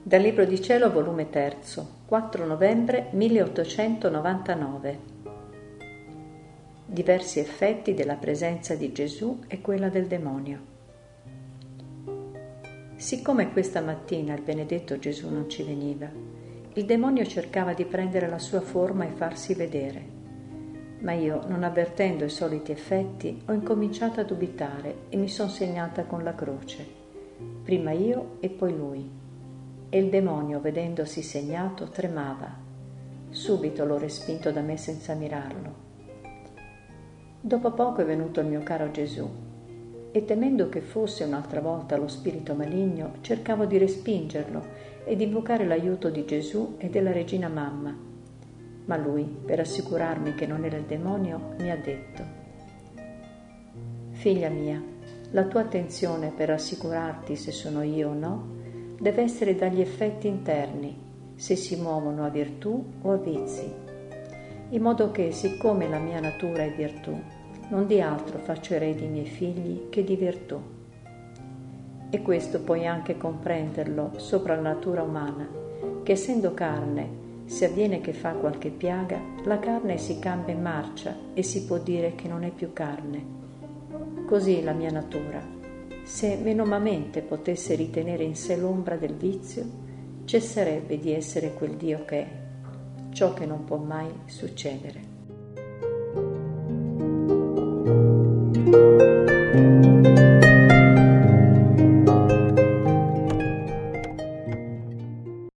Dal Libro di Cielo, volume 3, 4 novembre 1899. Diversi effetti della presenza di Gesù e quella del demonio. Siccome questa mattina il benedetto Gesù non ci veniva, il demonio cercava di prendere la sua forma e farsi vedere. Ma io, non avvertendo i soliti effetti, ho incominciato a dubitare e mi son segnata con la croce. Prima io e poi lui. E il demonio, vedendosi segnato, tremava. Subito l'ho respinto da me senza mirarlo. Dopo poco è venuto il mio caro Gesù e, temendo che fosse un'altra volta lo spirito maligno, cercavo di respingerlo e di invocare l'aiuto di Gesù e della Regina Mamma. Ma lui, per assicurarmi che non era il demonio, mi ha detto: «Figlia mia, la tua attenzione per assicurarti se sono io o no deve essere dagli effetti interni, se si muovono a virtù o a vizi, in modo che, siccome la mia natura è virtù, non di altro faccio eredi i miei figli che di virtù. E questo puoi anche comprenderlo sopra la natura umana, che essendo carne, se avviene che fa qualche piaga, la carne si cambia in marcia e si può dire che non è più carne. Così la mia natura, se menomamente potesse ritenere in sé l'ombra del vizio, cesserebbe di essere quel Dio che è, ciò che non può mai succedere».